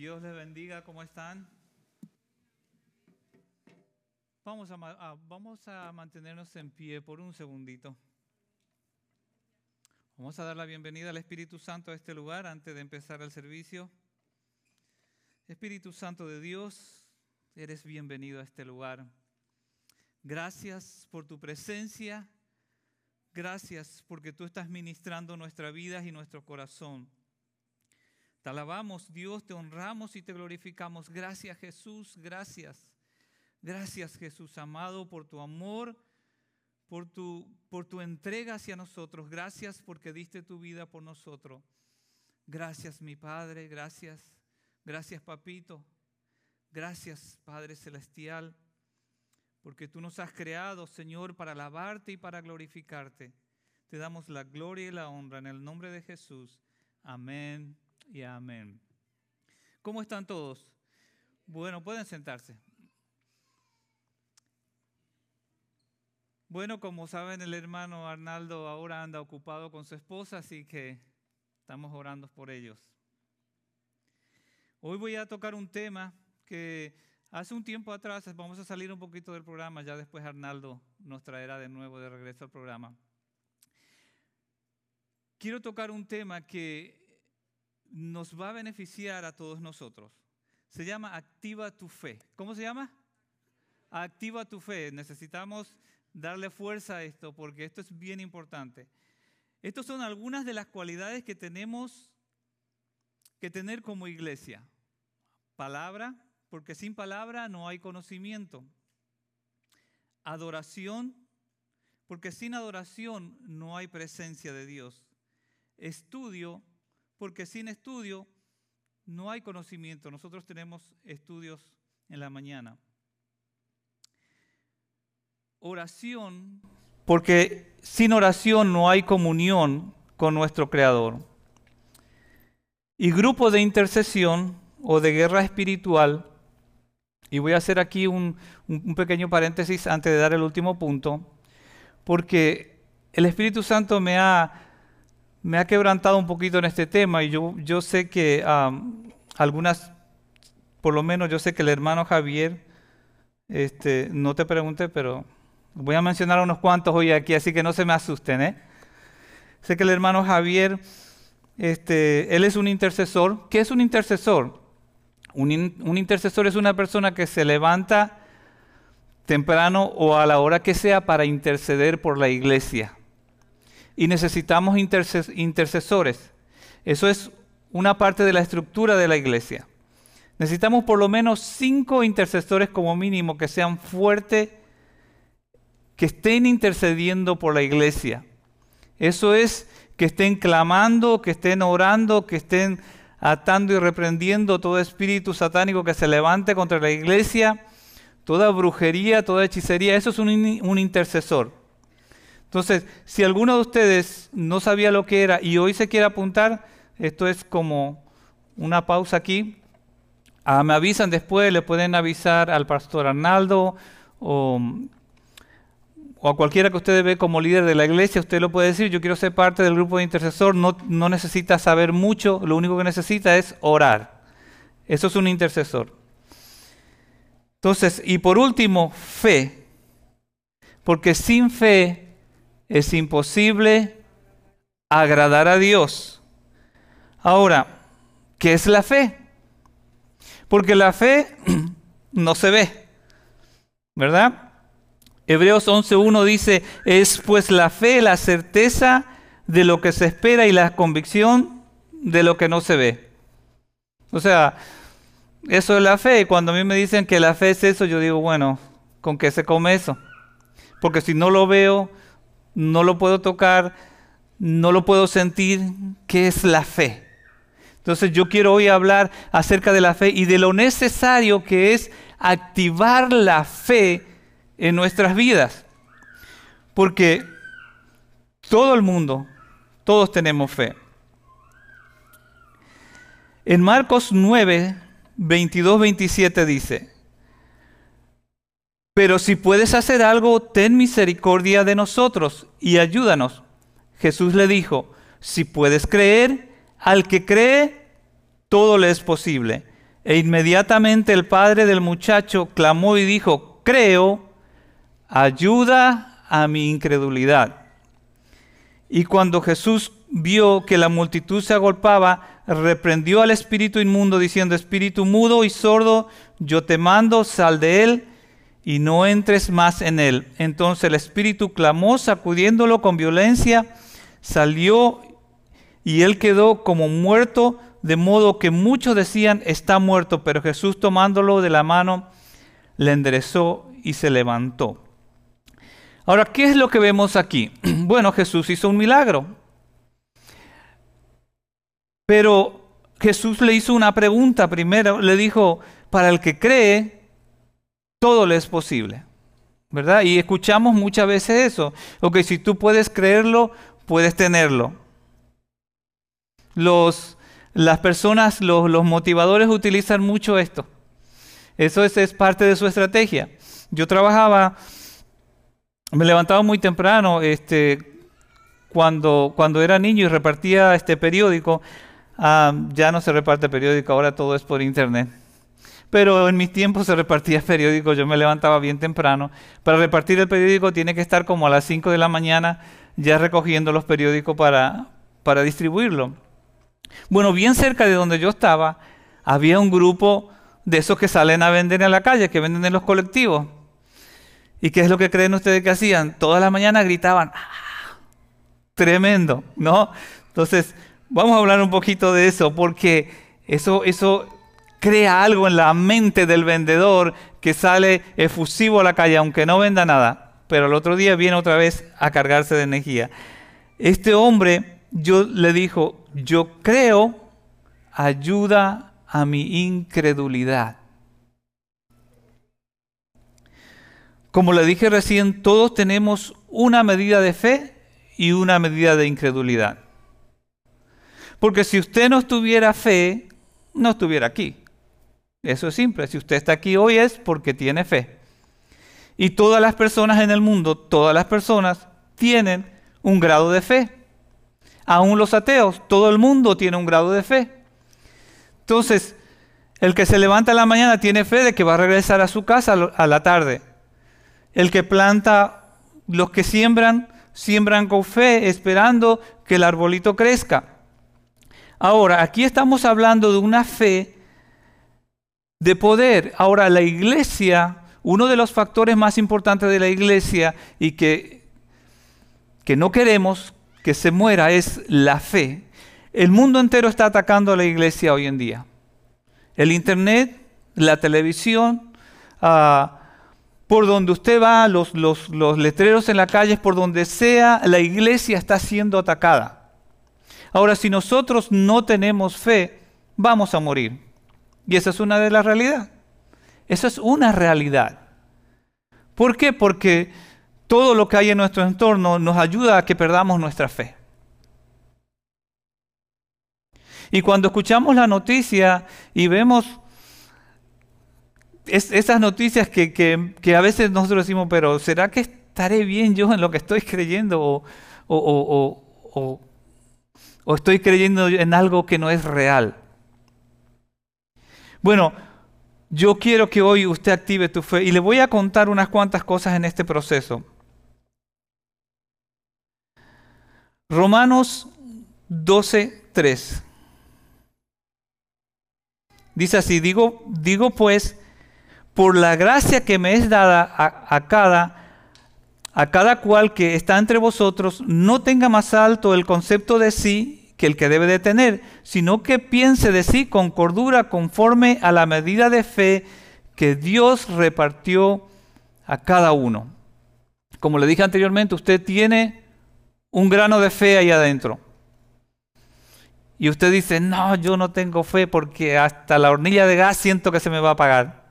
Dios les bendiga, ¿cómo están? Vamos a mantenernos en pie por un segundito. Vamos a dar la bienvenida al Espíritu Santo a este lugar antes de empezar el servicio. Espíritu Santo de Dios, eres bienvenido a este lugar. Gracias por tu presencia. Gracias porque tú estás ministrando nuestras vidas y nuestro corazón. Te alabamos, Dios, te honramos y te glorificamos. Gracias, Jesús, gracias. Gracias, Jesús, amado, por tu amor, por tu entrega hacia nosotros. Gracias porque diste tu vida por nosotros. Gracias, mi Padre, gracias. Gracias, Papito. Gracias, Padre Celestial, porque tú nos has creado, Señor, para alabarte y para glorificarte. Te damos la gloria y la honra en el nombre de Jesús. Amén y amén. ¿Cómo están todos? Bueno, pueden sentarse. Bueno, como saben, el hermano Arnaldo ahora anda ocupado con su esposa, así que estamos orando por ellos. Hoy voy a tocar un tema que hace un tiempo atrás, vamos a salir un poquito del programa, ya después Arnaldo nos traerá de nuevo de regreso al programa. Quiero tocar un tema que nos va a beneficiar a todos nosotros. Se llama Activa tu Fe. ¿Cómo se llama? Activa tu Fe. Necesitamos darle fuerza a esto porque esto es bien importante. Estas son algunas de las cualidades que tenemos que tener como iglesia. Palabra, porque sin palabra no hay conocimiento. Adoración, porque sin adoración no hay presencia de Dios. Estudio, porque sin estudio no hay conocimiento. Nosotros tenemos estudios en la mañana. Oración, porque sin oración no hay comunión con nuestro Creador. Y grupo de intercesión o de guerra espiritual. Y voy a hacer aquí un pequeño paréntesis antes de dar el último punto, porque el Espíritu Santo me ha quebrantado un poquito en este tema y yo sé que algunas, por lo menos yo sé que el hermano Javier, no te pregunté, pero voy a mencionar a unos cuantos hoy aquí, así que no se me asusten, Sé que el hermano Javier, él es un intercesor. ¿Qué es un intercesor? Un intercesor es una persona que se levanta temprano o a la hora que sea para interceder por la iglesia. Y necesitamos intercesores. Eso es una parte de la estructura de la iglesia. Necesitamos por lo menos 5 intercesores como mínimo que sean fuertes, que estén intercediendo por la iglesia. Eso es que estén clamando, que estén orando, que estén atando y reprendiendo todo espíritu satánico que se levante contra la iglesia, toda brujería, toda hechicería. Eso es un intercesor. Entonces, si alguno de ustedes no sabía lo que era y hoy se quiere apuntar, esto es como una pausa aquí. Me avisan después, le pueden avisar al pastor Arnaldo o a cualquiera que usted ve como líder de la iglesia. Usted lo puede decir: yo quiero ser parte del grupo de intercesor. No necesita saber mucho, lo único que necesita es orar. Eso es un intercesor. Entonces, y por último, fe. Porque sin fe es imposible agradar a Dios. Ahora, ¿qué es la fe? Porque la fe no se ve, ¿verdad? Hebreos 11:1 dice: es pues la fe la certeza de lo que se espera y la convicción de lo que no se ve. O sea, eso es la fe. Y cuando a mí me dicen que la fe es eso, yo digo, bueno, ¿con qué se come eso? Porque si no lo veo, no lo puedo tocar, no lo puedo sentir. ¿Qué es la fe? Entonces yo quiero hoy hablar acerca de la fe y de lo necesario que es activar la fe en nuestras vidas. Porque todo el mundo, todos tenemos fe. En Marcos 9, 22, 27 dice: pero si puedes hacer algo, ten misericordia de nosotros y ayúdanos. Jesús le dijo: si puedes creer, al que cree, todo le es posible. E inmediatamente el padre del muchacho clamó y dijo: creo, ayuda a mi incredulidad. Y cuando Jesús vio que la multitud se agolpaba, reprendió al espíritu inmundo diciendo: espíritu mudo y sordo, yo te mando, sal de él y no entres más en él. Entonces el espíritu clamó, sacudiéndolo con violencia, salió y él quedó como muerto, de modo que muchos decían: está muerto. Pero Jesús, tomándolo de la mano, le enderezó y se levantó. Ahora, ¿qué es lo que vemos aquí? Bueno, Jesús hizo un milagro. Pero Jesús le hizo una pregunta primero. Le dijo: para el que cree, todo le es posible, ¿verdad? Y escuchamos muchas veces eso. Ok, si tú puedes creerlo, puedes tenerlo. Las personas, los motivadores utilizan mucho esto. Eso es parte de su estrategia. Yo trabajaba, me levantaba muy temprano cuando era niño y repartía periódico. Ya no se reparte periódico, ahora todo es por internet. Pero en mis tiempos se repartía periódico, yo me levantaba bien temprano. Para repartir el periódico tiene que estar como a las 5 de la mañana ya recogiendo los periódicos para distribuirlo. Bueno, bien cerca de donde yo estaba, había un grupo de esos que salen a vender en la calle, que venden en los colectivos. ¿Y qué es lo que creen ustedes que hacían? Toda la mañana gritaban: ¡ah! Tremendo, ¿no? Entonces, vamos a hablar un poquito de eso, porque eso crea algo en la mente del vendedor que sale efusivo a la calle, aunque no venda nada, pero al otro día viene otra vez a cargarse de energía. Este hombre, yo le dijo: yo creo, ayuda a mi incredulidad. Como le dije recién, todos tenemos una medida de fe y una medida de incredulidad. Porque si usted no tuviera fe, no estuviera aquí. Eso es simple. Si usted está aquí hoy es porque tiene fe. Y todas las personas en el mundo, todas las personas tienen un grado de fe. Aún los ateos, todo el mundo tiene un grado de fe. Entonces, el que se levanta en la mañana tiene fe de que va a regresar a su casa a la tarde. El que planta, los que siembran con fe, esperando que el arbolito crezca. Ahora, aquí estamos hablando de una fe de poder. Ahora, la iglesia, uno de los factores más importantes de la iglesia y que no queremos que se muera es la fe. El mundo entero está atacando a la iglesia hoy en día. El internet, la televisión, por donde usted va, los letreros en la calle, por donde sea, la iglesia está siendo atacada. Ahora, si nosotros no tenemos fe, vamos a morir. Y esa es una de las realidades. Esa es una realidad. ¿Por qué? Porque todo lo que hay en nuestro entorno nos ayuda a que perdamos nuestra fe. Y cuando escuchamos la noticia y vemos esas noticias que a veces nosotros decimos: pero ¿será que estaré bien yo en lo que estoy creyendo? ¿O estoy creyendo en algo que no es real? Bueno, yo quiero que hoy usted active tu fe y le voy a contar unas cuantas cosas en este proceso. Romanos 12:3. Dice así: digo pues, por la gracia que me es dada a cada cual que está entre vosotros, no tenga más alto el concepto de sí que el que debe de tener, sino que piense de sí con cordura, conforme a la medida de fe que Dios repartió a cada uno. Como le dije anteriormente, usted tiene un grano de fe ahí adentro. Y usted dice: no, yo no tengo fe porque hasta la hornilla de gas siento que se me va a apagar.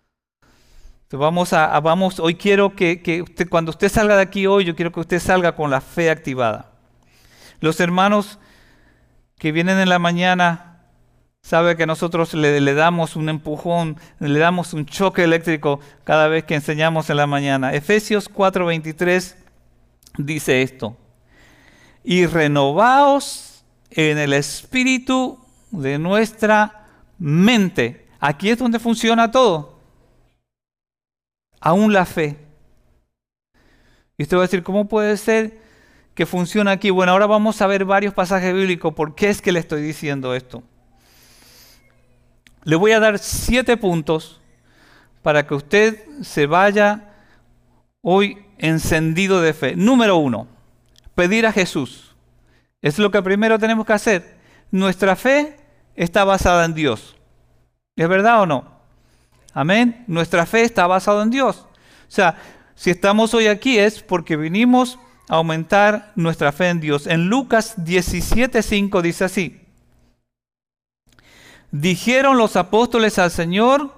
Entonces hoy quiero que usted, cuando usted salga de aquí hoy, yo quiero que usted salga con la fe activada. Los hermanos que vienen en la mañana saben que nosotros le damos un empujón, le damos un choque eléctrico cada vez que enseñamos en la mañana. Efesios 4:23 dice esto: y renovaos en el espíritu de nuestra mente, Aquí es donde funciona todo. Aún la fe. Y usted va a decir, ¿cómo puede ser que funcione aquí? Bueno, ahora vamos a ver varios pasajes bíblicos. ¿Por qué es que le estoy diciendo esto? Le voy a dar 7 puntos para que usted se vaya hoy encendido de fe. Número 1, pedir a Jesús. Es lo que primero tenemos que hacer. Nuestra fe está basada en Dios. ¿Es verdad o no? Amén. Nuestra fe está basada en Dios. O sea, si estamos hoy aquí es porque vinimos a aumentar nuestra fe en Dios. En Lucas 17:5 dice así. Dijeron los apóstoles al Señor,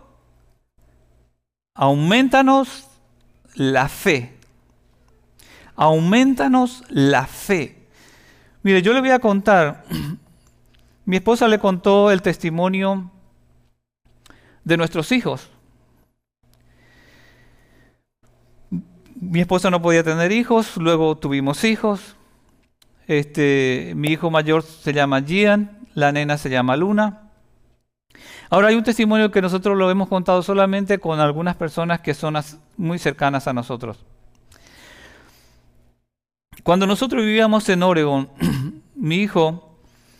aumentanos la fe. Aumentanos la fe. Mire, yo le voy a contar. Mi esposa le contó el testimonio de nuestros hijos. Mi esposa no podía tener hijos, luego tuvimos hijos. Mi hijo mayor se llama Gian, la nena se llama Luna. Ahora hay un testimonio que nosotros lo hemos contado solamente con algunas personas que son muy cercanas a nosotros. Cuando nosotros vivíamos en Oregon, mi hijo,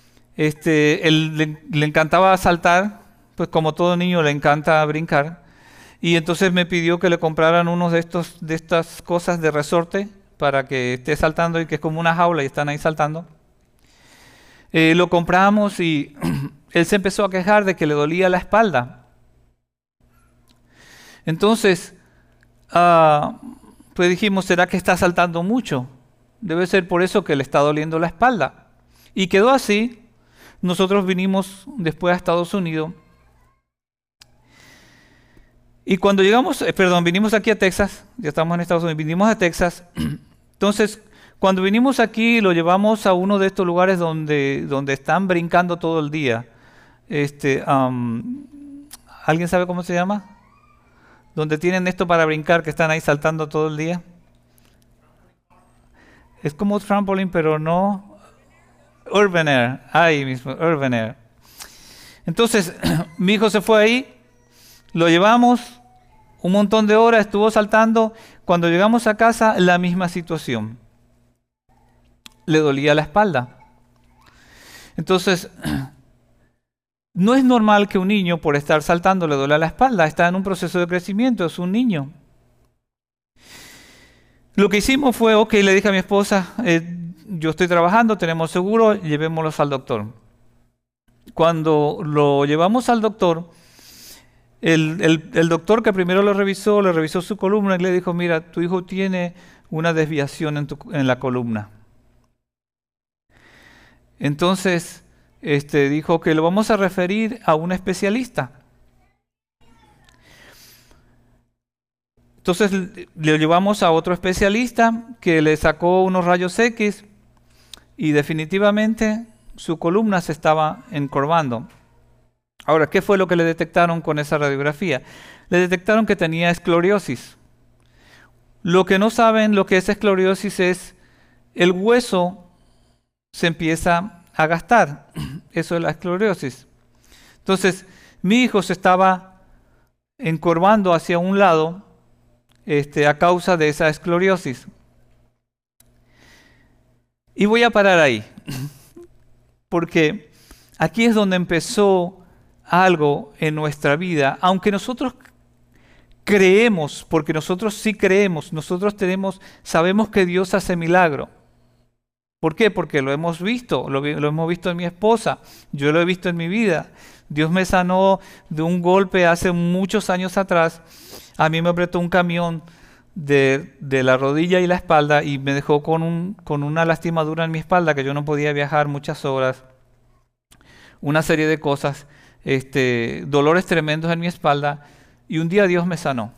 él le encantaba saltar, pues como todo niño le encanta brincar, y entonces me pidió que le compraran uno de estas cosas de resorte para que esté saltando y que es como una jaula y están ahí saltando. Lo compramos y él se empezó a quejar de que le dolía la espalda. Entonces, pues dijimos, ¿será que está saltando mucho? Debe ser por eso que le está doliendo la espalda. Y quedó así. Nosotros vinimos después a Estados Unidos. Y cuando vinimos aquí a Texas, ya estamos en Estados Unidos, vinimos a Texas. Entonces, cuando vinimos aquí, lo llevamos a uno de estos lugares donde están brincando todo el día. ¿Alguien sabe cómo se llama? Donde tienen esto para brincar, que están ahí saltando todo el día. Es como trampolín, pero no. Urban Air, ahí mismo, Urban Air. Entonces, mi hijo se fue ahí, lo llevamos un montón de horas, estuvo saltando. Cuando llegamos a casa, la misma situación. Le dolía la espalda. Entonces, no es normal que un niño por estar saltando le duela la espalda. Está en un proceso de crecimiento, es un niño. Lo que hicimos fue, le dije a mi esposa, yo estoy trabajando, tenemos seguro, llevémoslos al doctor. Cuando lo llevamos al doctor, el doctor que primero le revisó su columna y le dijo, mira, tu hijo tiene una desviación en la columna. Entonces, dijo que lo vamos a referir a un especialista. Entonces le llevamos a otro especialista que le sacó unos rayos X y definitivamente su columna se estaba encorvando. Ahora, ¿qué fue lo que le detectaron con esa radiografía? Le detectaron que tenía esclerosis. Lo que no saben lo que es esclerosis es el hueso se empieza a gastar. Eso es la esclerosis. Entonces, mi hijo se estaba encorvando hacia un lado a causa de esa esclerosis. Y voy a parar ahí, porque aquí es donde empezó algo en nuestra vida, aunque nosotros creemos, porque nosotros sí creemos, sabemos que Dios hace milagro. ¿Por qué? Porque lo hemos visto, lo hemos visto en mi esposa, yo lo he visto en mi vida. Dios me sanó de un golpe hace muchos años atrás. A mí me apretó un camión de la rodilla y la espalda y me dejó con una lastimadura en mi espalda que yo no podía viajar muchas horas. Una serie de cosas, dolores tremendos en mi espalda, y un día Dios me sanó.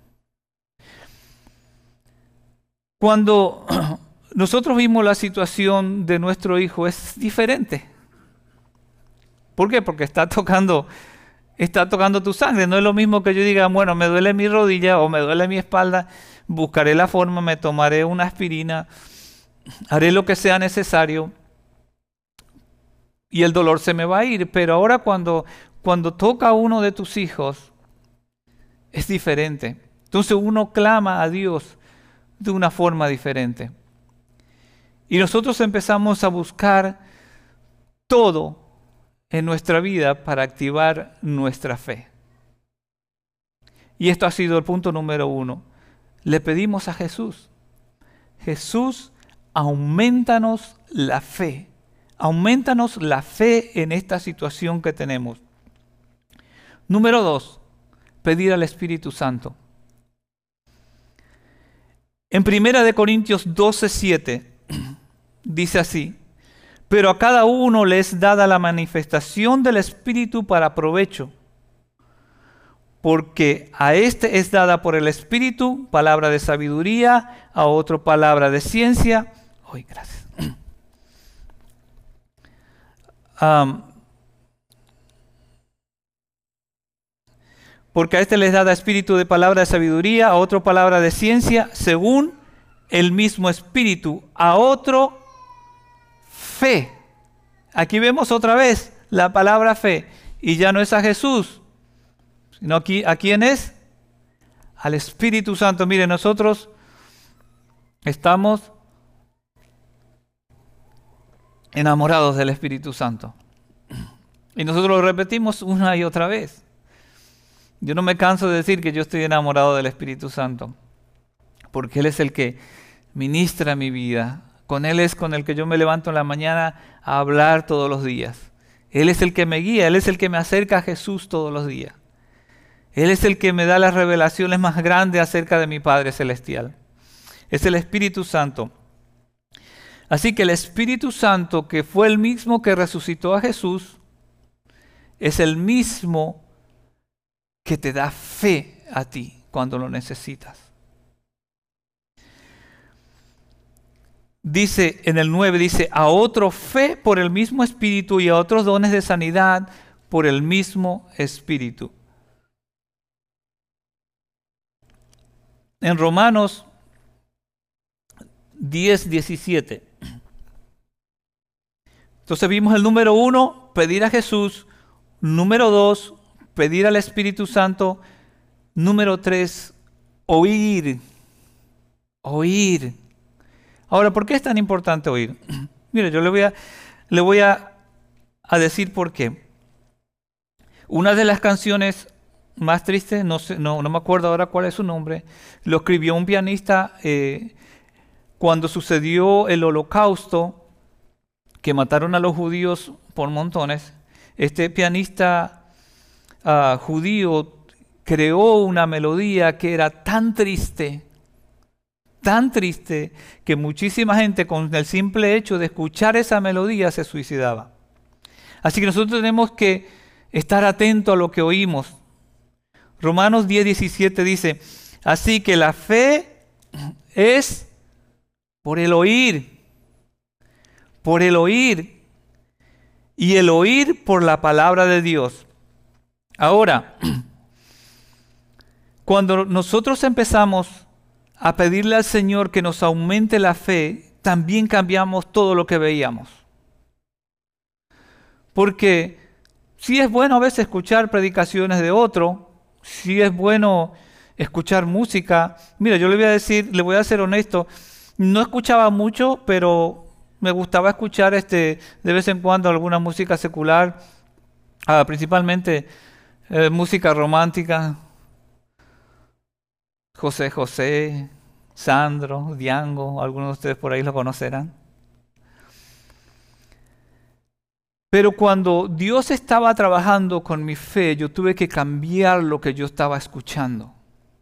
Cuando nosotros vimos la situación de nuestro hijo, es diferente. ¿Por qué? Porque está tocando tu sangre. No es lo mismo que yo diga, bueno, me duele mi rodilla o me duele mi espalda, buscaré la forma, me tomaré una aspirina, haré lo que sea necesario y el dolor se me va a ir. Pero ahora cuando cuando toca a uno de tus hijos, es diferente. Entonces uno clama a Dios de una forma diferente. Y nosotros empezamos a buscar todo en nuestra vida para activar nuestra fe. Y esto ha sido el punto número 1. Le pedimos a Jesús, Jesús, aumentanos la fe. Aumentanos la fe en esta situación que tenemos. Número 2, pedir al Espíritu Santo. En 1 Corintios 12:7 dice así: pero a cada uno le es dada la manifestación del Espíritu para provecho, porque a este es dada por el Espíritu palabra de sabiduría, a otro palabra de ciencia. ¡Ay, gracias! Porque a este les da espíritu de palabra de sabiduría, a otro palabra de ciencia, según el mismo Espíritu, a otro fe. Aquí vemos otra vez la palabra fe, y ya no es a Jesús, sino aquí, ¿a quién es? Al Espíritu Santo. Mire, nosotros estamos enamorados del Espíritu Santo. Y nosotros lo repetimos una y otra vez. Yo no me canso de decir que yo estoy enamorado del Espíritu Santo, porque Él es el que ministra mi vida. Con Él es con el que yo me levanto en la mañana a hablar todos los días. Él es el que me guía, Él es el que me acerca a Jesús todos los días. Él es el que me da las revelaciones más grandes acerca de mi Padre Celestial. Es el Espíritu Santo. Así que el Espíritu Santo, que fue el mismo que resucitó a Jesús, es el mismo que te da fe a ti cuando lo necesitas. Dice en el 9, dice, a otro fe por el mismo Espíritu y a otros dones de sanidad por el mismo Espíritu. En Romanos 10:17. Entonces vimos el número 1, pedir a Jesús. Número 2, pedir al Espíritu Santo. Número 3, oír. Oír. Ahora, ¿por qué es tan importante oír? Mire, yo le voy a decir por qué. Una de las canciones más tristes, no me acuerdo ahora cuál es su nombre, lo escribió un pianista cuando sucedió el Holocausto, que mataron a los judíos por montones. Este pianista judío creó una melodía que era tan triste, que muchísima gente con el simple hecho de escuchar esa melodía se suicidaba. Así que nosotros tenemos que estar atentos a lo que oímos. Romanos 10:17 dice, así que la fe es por el oír, y el oír por la palabra de Dios. Ahora, cuando nosotros empezamos a pedirle al Señor que nos aumente la fe, también cambiamos todo lo que veíamos. Porque sí es bueno a veces escuchar predicaciones de otro, sí es bueno escuchar música. Mira, yo le voy a ser honesto, no escuchaba mucho, pero me gustaba escuchar de vez en cuando alguna música secular, principalmente música romántica. José José, Sandro, Diango, algunos de ustedes por ahí lo conocerán. Pero cuando Dios estaba trabajando con mi fe, yo tuve que cambiar lo que yo estaba escuchando.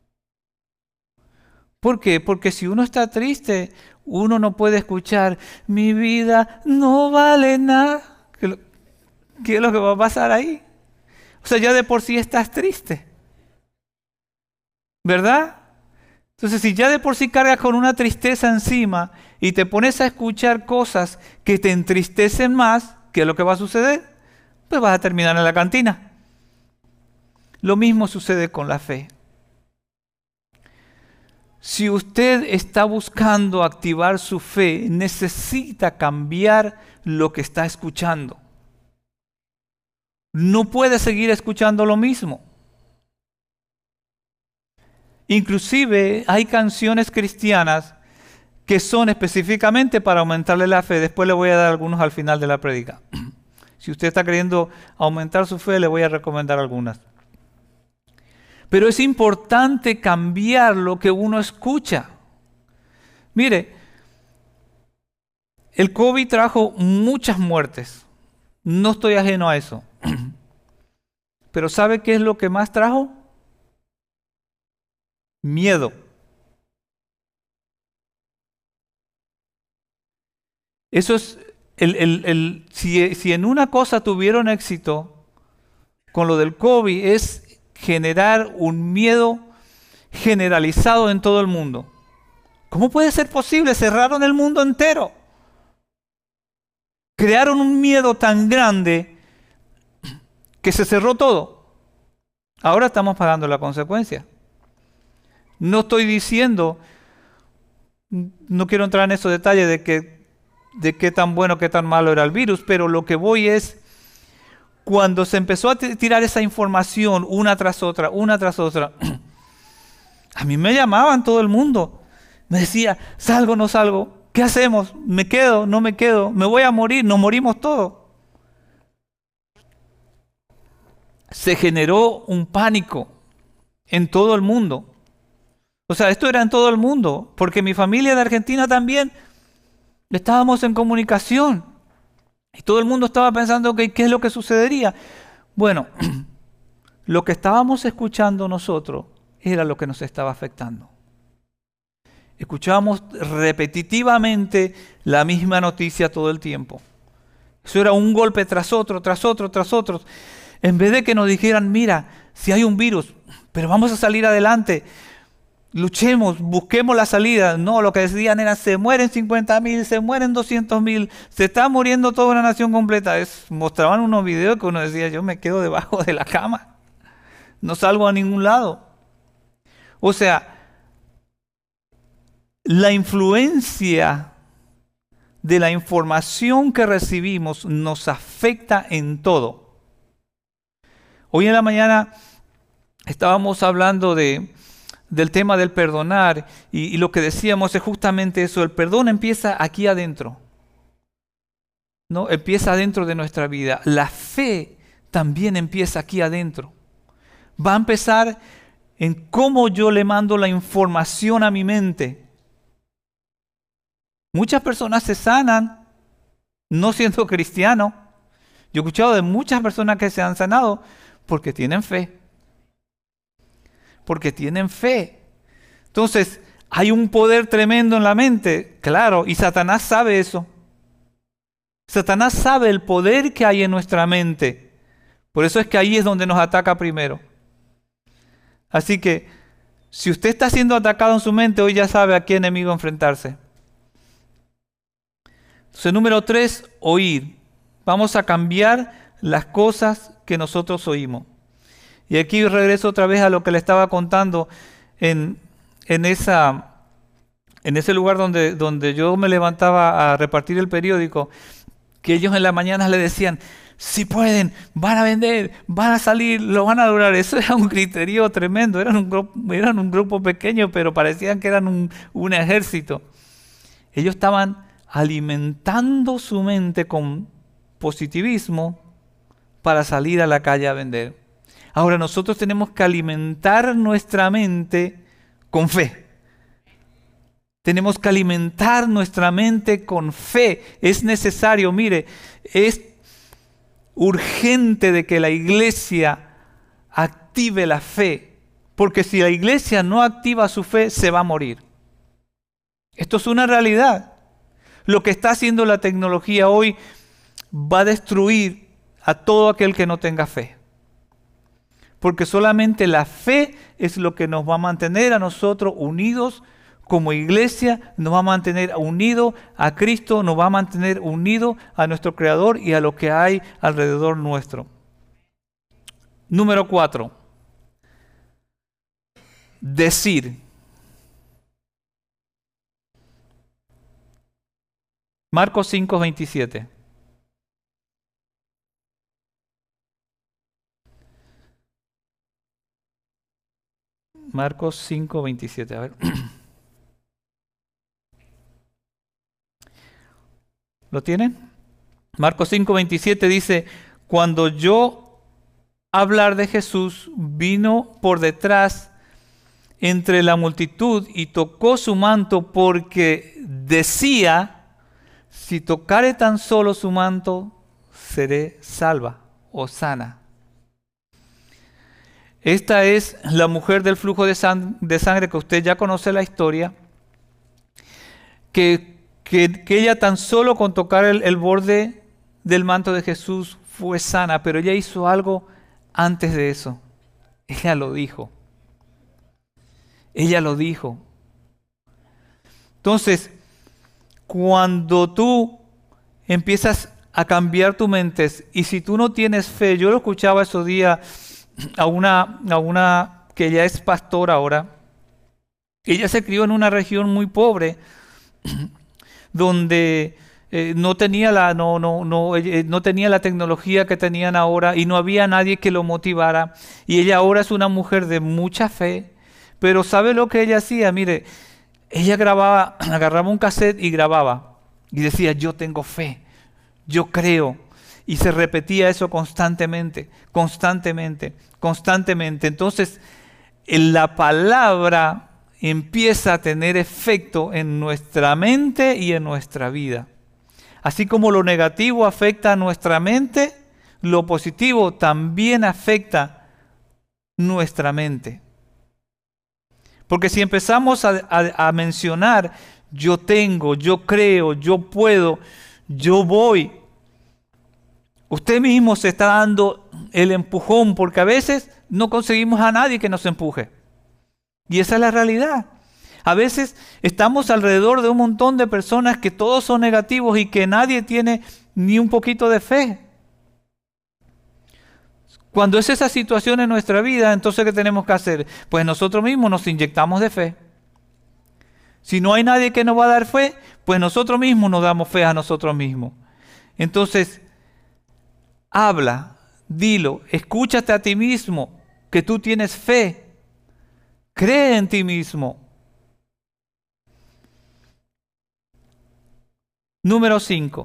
¿Por qué? Porque si uno está triste, uno no puede escuchar, mi vida no vale nada. ¿Qué es lo que va a pasar ahí? O sea, ya de por sí estás triste, ¿verdad? Entonces, si ya de por sí cargas con una tristeza encima y te pones a escuchar cosas que te entristecen más, ¿qué es lo que va a suceder? Pues vas a terminar en la cantina. Lo mismo sucede con la fe. Si usted está buscando activar su fe, necesita cambiar lo que está escuchando. no puede seguir escuchando lo mismo. Inclusive hay canciones cristianas que son específicamente para aumentarle la fe. Después le voy a dar algunos al final de la prédica. Si usted está queriendo aumentar su fe, le voy a recomendar algunas. Pero es importante cambiar lo que uno escucha. Mire, el COVID trajo muchas muertes. No estoy ajeno a eso. Pero ¿sabe qué es lo que más trajo? Miedo. Eso es, si en una cosa tuvieron éxito con lo del COVID, es generar un miedo generalizado en todo el mundo. ¿Cómo puede ser posible? Cerraron el mundo entero. Crearon un miedo tan grande que se cerró todo. Ahora estamos pagando la consecuencia. No estoy diciendo, no quiero entrar en esos detalles de qué tan bueno, qué tan malo era el virus, pero lo que voy es, cuando se empezó a tirar esa información una tras otra, a mí me llamaban todo el mundo. Me decía, ¿salgo o no salgo? ¿Qué hacemos? ¿Me quedo? ¿No me quedo? ¿Me voy a morir? ¿Nos morimos todos? Se generó un pánico en todo el mundo. O sea, esto era en todo el mundo, porque mi familia de Argentina también estábamos en comunicación. Y todo el mundo estaba pensando, ¿qué es lo que sucedería? Bueno, lo que estábamos escuchando nosotros era lo que nos estaba afectando. Escuchábamos repetitivamente la misma noticia todo el tiempo. Eso era un golpe tras otro, tras otro, tras otro. En vez de que nos dijeran, mira, si hay un virus, pero vamos a salir adelante, luchemos, busquemos la salida. No, lo que decían era, se mueren 50.000, se mueren 200.000, se está muriendo toda una nación completa. Mostraban unos videos que uno decía, yo me quedo debajo de la cama, no salgo a ningún lado. O sea, la influencia de la información que recibimos nos afecta en todo. Hoy en la mañana estábamos hablando del tema del perdonar y lo que decíamos es justamente eso. El perdón empieza aquí adentro, ¿no? Empieza adentro de nuestra vida. La fe también empieza aquí adentro. Va a empezar en cómo yo le mando la información a mi mente. Muchas personas se sanan no siendo cristianos. Yo he escuchado de muchas personas que se han sanado porque tienen fe. Porque tienen fe. Entonces, hay un poder tremendo en la mente, claro, y Satanás sabe eso. Satanás sabe el poder que hay en nuestra mente. Por eso es que ahí es donde nos ataca primero. Así que, si usted está siendo atacado en su mente, hoy ya sabe a qué enemigo enfrentarse. Entonces, número 3, oír. Vamos a cambiar las cosas que nosotros oímos. Y aquí regreso otra vez a lo que le estaba contando en ese lugar donde yo me levantaba a repartir el periódico, que ellos en la mañana le decían, si pueden, van a vender, van a salir, lo van a lograr. Eso era un criterio tremendo, eran un grupo pequeño, pero parecían que eran un ejército. Ellos estaban alimentando su mente con positivismo para salir a la calle a vender. Ahora nosotros tenemos que alimentar nuestra mente con fe. Tenemos que alimentar nuestra mente con fe. Es necesario, mire, es urgente de que la iglesia active la fe. Porque si la iglesia no activa su fe, se va a morir. Esto es una realidad. Lo que está haciendo la tecnología hoy va a destruir a todo aquel que no tenga fe. Porque solamente la fe es lo que nos va a mantener a nosotros unidos como iglesia, nos va a mantener unidos a Cristo, nos va a mantener unidos a nuestro Creador y a lo que hay alrededor nuestro. Número 4. Decir. Marcos 5:27. Marcos 5:27. A ver. ¿Lo tienen? Marcos 5:27 dice, cuando oyó hablar de Jesús, vino por detrás entre la multitud y tocó su manto porque decía, si tocare tan solo su manto, seré salva o sana. Esta es la mujer del flujo de sangre que usted ya conoce la historia, que ella tan solo con tocar el borde del manto de Jesús fue sana, pero ella hizo algo antes de eso. Ella lo dijo. Ella lo dijo. Entonces, cuando tú empiezas a cambiar tu mente, y si tú no tienes fe, yo lo escuchaba esos días a una que ya es pastora ahora. Ella se crió en una región muy pobre, donde no tenía la tecnología que tenían ahora y no había nadie que lo motivara. Y ella ahora es una mujer de mucha fe, pero ¿sabe lo que ella hacía? Mire, ella agarraba un cassette y grababa y decía, yo tengo fe, yo creo. Y se repetía eso constantemente. Entonces, la palabra empieza a tener efecto en nuestra mente y en nuestra vida. Así como lo negativo afecta a nuestra mente, lo positivo también afecta nuestra mente. Porque si empezamos a mencionar, yo tengo, yo creo, yo puedo, yo voy, usted mismo se está dando el empujón, porque a veces no conseguimos a nadie que nos empuje. Y esa es la realidad. A veces estamos alrededor de un montón de personas que todos son negativos y que nadie tiene ni un poquito de fe. Cuando es esa situación en nuestra vida, entonces ¿qué tenemos que hacer? Pues nosotros mismos nos inyectamos de fe. Si no hay nadie que nos va a dar fe, pues nosotros mismos nos damos fe a nosotros mismos. Entonces, habla, dilo, escúchate a ti mismo, que tú tienes fe. Cree en ti mismo. Número 5.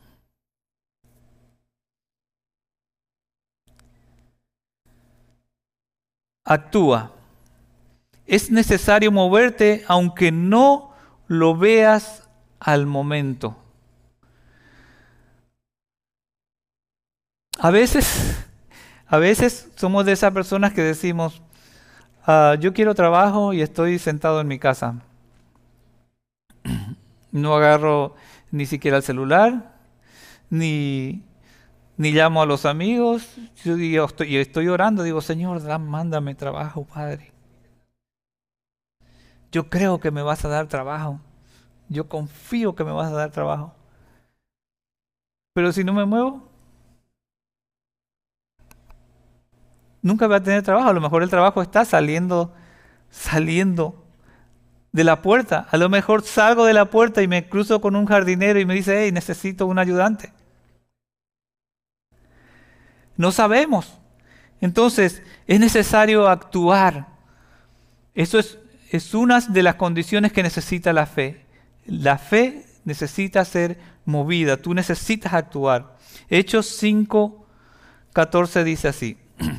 Actúa. Es necesario moverte aunque no lo veas al momento. A veces somos de esas personas que decimos, yo quiero trabajo y estoy sentado en mi casa. No agarro ni siquiera el celular, ni llamo a los amigos. Yo estoy orando, digo, Señor, mándame trabajo, Padre. Yo creo que me vas a dar trabajo. Yo confío que me vas a dar trabajo. Pero si no me muevo, nunca voy a tener trabajo. A lo mejor el trabajo está saliendo de la puerta. A lo mejor salgo de la puerta y me cruzo con un jardinero y me dice, hey, necesito un ayudante. No sabemos. Entonces, es necesario actuar. Eso es una de las condiciones que necesita la fe. La fe necesita ser movida. Tú necesitas actuar. Hechos 5:14 dice así.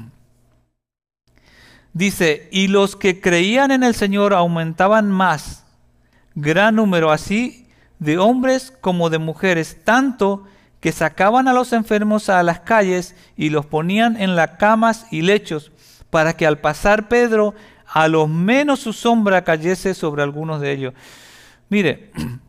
Dice, y los que creían en el Señor aumentaban más, gran número así de hombres como de mujeres, tanto que sacaban a los enfermos a las calles y los ponían en las camas y lechos, para que al pasar Pedro, a lo menos su sombra cayese sobre algunos de ellos. Mire,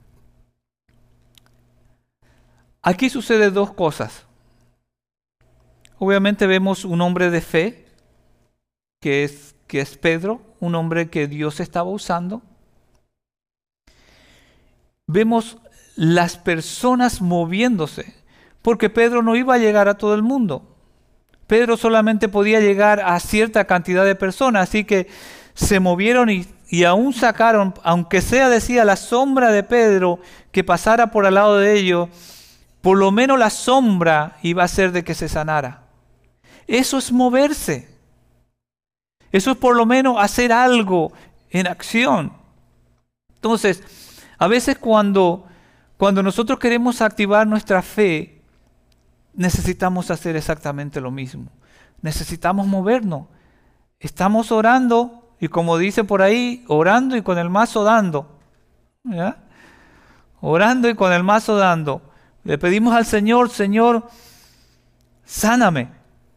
aquí sucede dos cosas. Obviamente vemos un hombre de fe, que es Pedro, un hombre que Dios estaba usando. Vemos las personas moviéndose, porque Pedro no iba a llegar a todo el mundo. Pedro solamente podía llegar a cierta cantidad de personas, así que se movieron y aún sacaron, aunque sea, decía, la sombra de Pedro que pasara por al lado de ellos, por lo menos la sombra iba a hacer de que se sanara. Eso es moverse. Eso es por lo menos hacer algo en acción. Entonces, a veces cuando nosotros queremos activar nuestra fe, necesitamos hacer exactamente lo mismo. Necesitamos movernos. Estamos orando y como dice por ahí, orando y con el mazo dando. ¿Ya? Orando y con el mazo dando. Le pedimos al Señor, Señor, sáname.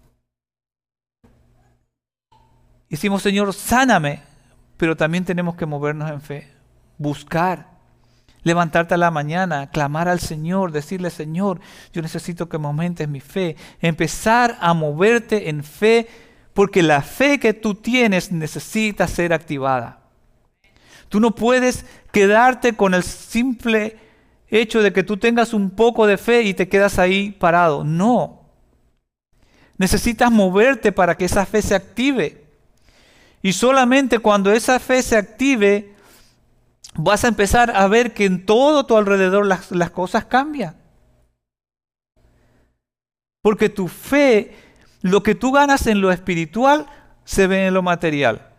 Decimos, Señor, sáname. Pero también tenemos que movernos en fe. Buscar. Levantarte a la mañana, clamar al Señor, decirle, Señor, yo necesito que me aumentes mi fe. Empezar a moverte en fe, porque la fe que tú tienes necesita ser activada. Tú no puedes quedarte con el simple hecho de que tú tengas un poco de fe y te quedas ahí parado. No. Necesitas moverte para que esa fe se active. Y solamente cuando esa fe se active, vas a empezar a ver que en todo tu alrededor las cosas cambian. Porque tu fe, lo que tú ganas en lo espiritual, se ve en lo material.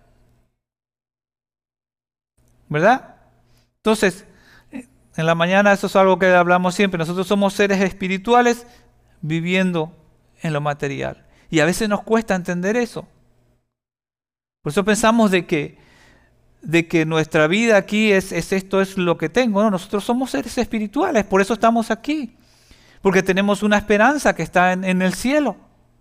¿Verdad? Entonces, en la mañana eso es algo que hablamos siempre. Nosotros somos seres espirituales viviendo en lo material. Y a veces nos cuesta entender eso. Por eso pensamos de que nuestra vida aquí es esto es lo que tengo. No, nosotros somos seres espirituales, por eso estamos aquí. Porque tenemos una esperanza que está en el cielo.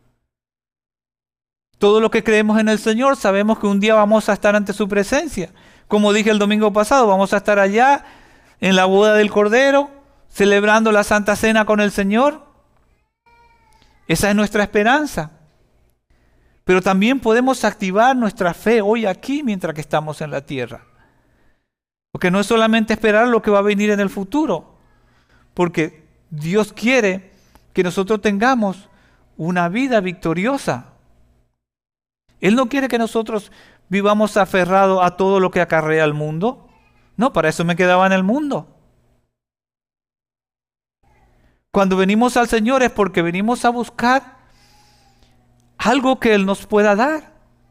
Todo lo que creemos en el Señor sabemos que un día vamos a estar ante su presencia. Como dije el domingo pasado, vamos a estar allá en la boda del Cordero, celebrando la Santa Cena con el Señor. Esa es nuestra esperanza. Pero también podemos activar nuestra fe hoy aquí mientras que estamos en la tierra. Porque no es solamente esperar lo que va a venir en el futuro. Porque Dios quiere que nosotros tengamos una vida victoriosa. Él no quiere que nosotros vivamos aferrados a todo lo que acarrea el mundo. No, para eso me quedaba en el mundo. Cuando venimos al Señor es porque venimos a buscar algo que Él nos pueda dar.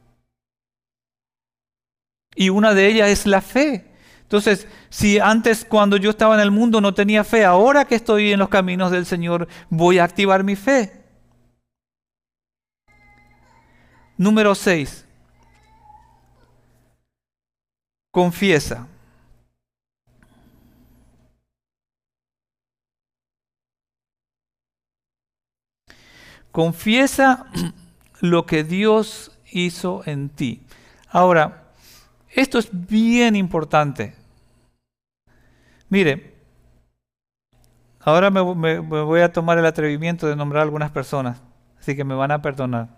Y una de ellas es la fe. Entonces, si antes cuando yo estaba en el mundo no tenía fe, ahora que estoy en los caminos del Señor, voy a activar mi fe. Número 6. Confiesa. Confiesa lo que Dios hizo en ti. Ahora, esto es bien importante. Mire, ahora me voy a tomar el atrevimiento de nombrar a algunas personas, así que me van a perdonar.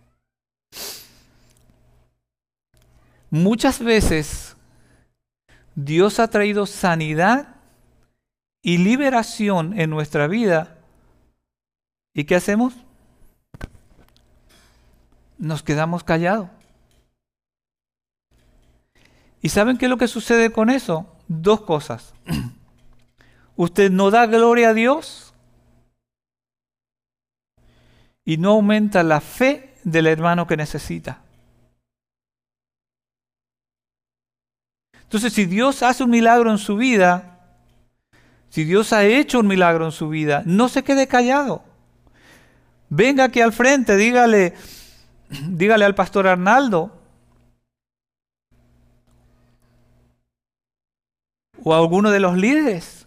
Muchas veces Dios ha traído sanidad y liberación en nuestra vida. ¿Y qué hacemos? Nos quedamos callados. ¿Y saben qué es lo que sucede con eso? Dos cosas. Usted no da gloria a Dios y no aumenta la fe del hermano que necesita. Entonces, si Dios hace un milagro en su vida, si Dios ha hecho un milagro en su vida, no se quede callado. Venga aquí al frente, dígale al pastor Arnaldo o a alguno de los líderes.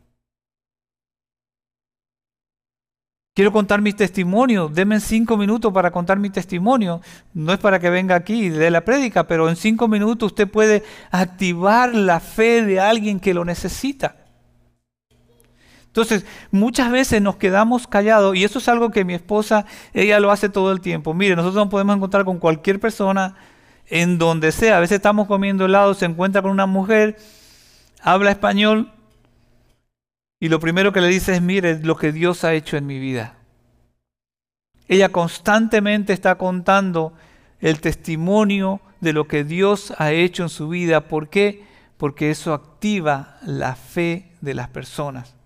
Quiero contar mi testimonio. Denme 5 minutos para contar mi testimonio. No es para que venga aquí y dé la prédica, pero en 5 minutos usted puede activar la fe de alguien que lo necesita. Entonces, muchas veces nos quedamos callados y eso es algo que mi esposa, ella lo hace todo el tiempo. Mire, nosotros nos podemos encontrar con cualquier persona en donde sea. A veces estamos comiendo helado, se encuentra con una mujer, habla español y lo primero que le dice es, mire lo que Dios ha hecho en mi vida. Ella constantemente está contando el testimonio de lo que Dios ha hecho en su vida. ¿Por qué? Porque eso activa la fe de las personas.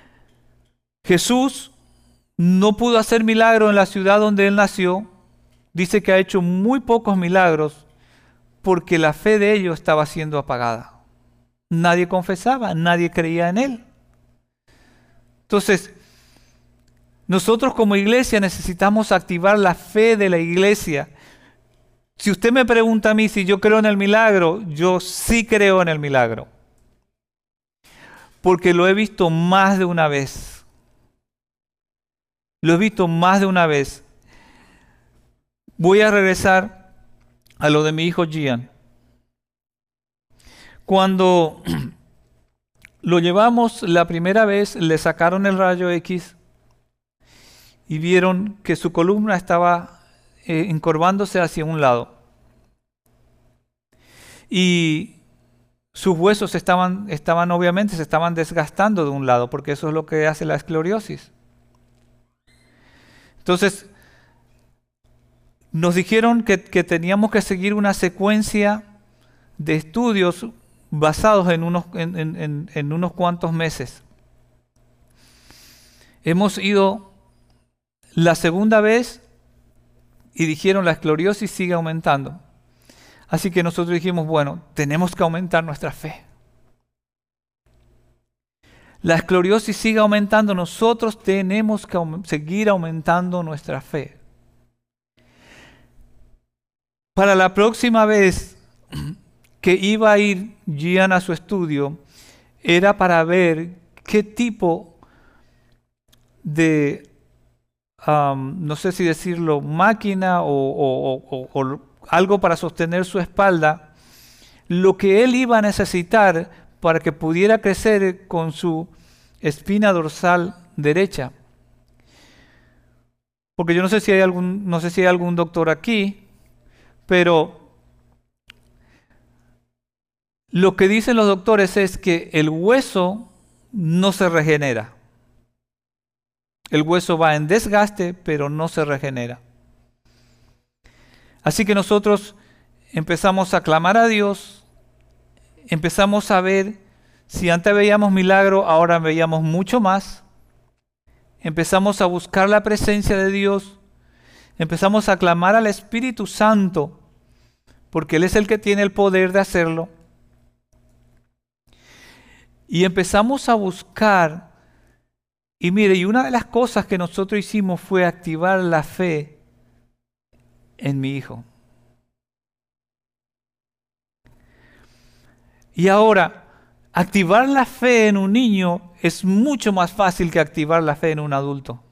Jesús no pudo hacer milagro en la ciudad donde Él nació dice que ha hecho muy pocos milagros porque la fe de ellos estaba siendo apagada. Nadie confesaba, nadie creía en él. Entonces, nosotros como iglesia necesitamos activar la fe de la iglesia. Si usted me pregunta a mí si yo creo en el milagro, yo sí creo en el milagro. Porque lo he visto más de una vez. Lo he visto más de una vez. Voy a regresar a lo de mi hijo Gian. Cuando lo llevamos la primera vez, le sacaron el rayo X y vieron que su columna estaba encorvándose hacia un lado. Y sus huesos estaban obviamente, se estaban desgastando de un lado, porque eso es lo que hace la esclerosis. Entonces, nos dijeron que teníamos que seguir una secuencia de estudios basados en unos cuantos meses. Hemos ido la segunda vez y dijeron la esclerosis sigue aumentando. Así que nosotros dijimos, bueno, tenemos que aumentar nuestra fe. La esclerosis sigue aumentando, nosotros tenemos que seguir aumentando nuestra fe. Para la próxima vez que iba a ir Gian a su estudio, era para ver qué tipo de, no sé si decirlo, máquina o algo para sostener su espalda, lo que él iba a necesitar para que pudiera crecer con su espina dorsal derecha. Porque yo no sé si hay algún doctor aquí, pero lo que dicen los doctores es que el hueso no se regenera. El hueso va en desgaste, pero no se regenera. Así que nosotros empezamos a clamar a Dios, empezamos a ver, si antes veíamos milagro, ahora veíamos mucho más. Empezamos a buscar la presencia de Dios, empezamos a clamar al Espíritu Santo, porque Él es el que tiene el poder de hacerlo. Y empezamos a buscar, y mire, y una de las cosas que nosotros hicimos fue activar la fe en mi hijo. Y ahora, activar la fe en un niño es mucho más fácil que activar la fe en un adulto.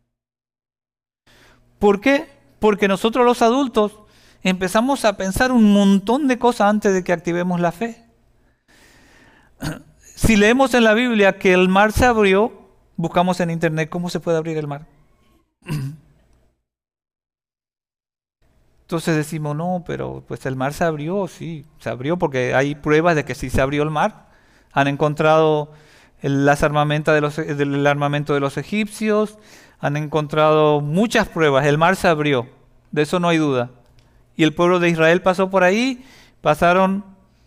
¿Por qué? Porque nosotros los adultos empezamos a pensar un montón de cosas antes de que activemos la fe. Si leemos en la Biblia que el mar se abrió, buscamos en internet cómo se puede abrir el mar. Entonces decimos, no, pero pues el mar se abrió, sí, se abrió porque hay pruebas de que sí se abrió el mar. Han encontrado el armamento de los egipcios, han encontrado muchas pruebas, el mar se abrió, de eso no hay duda. Y el pueblo de Israel pasó por ahí, pasaron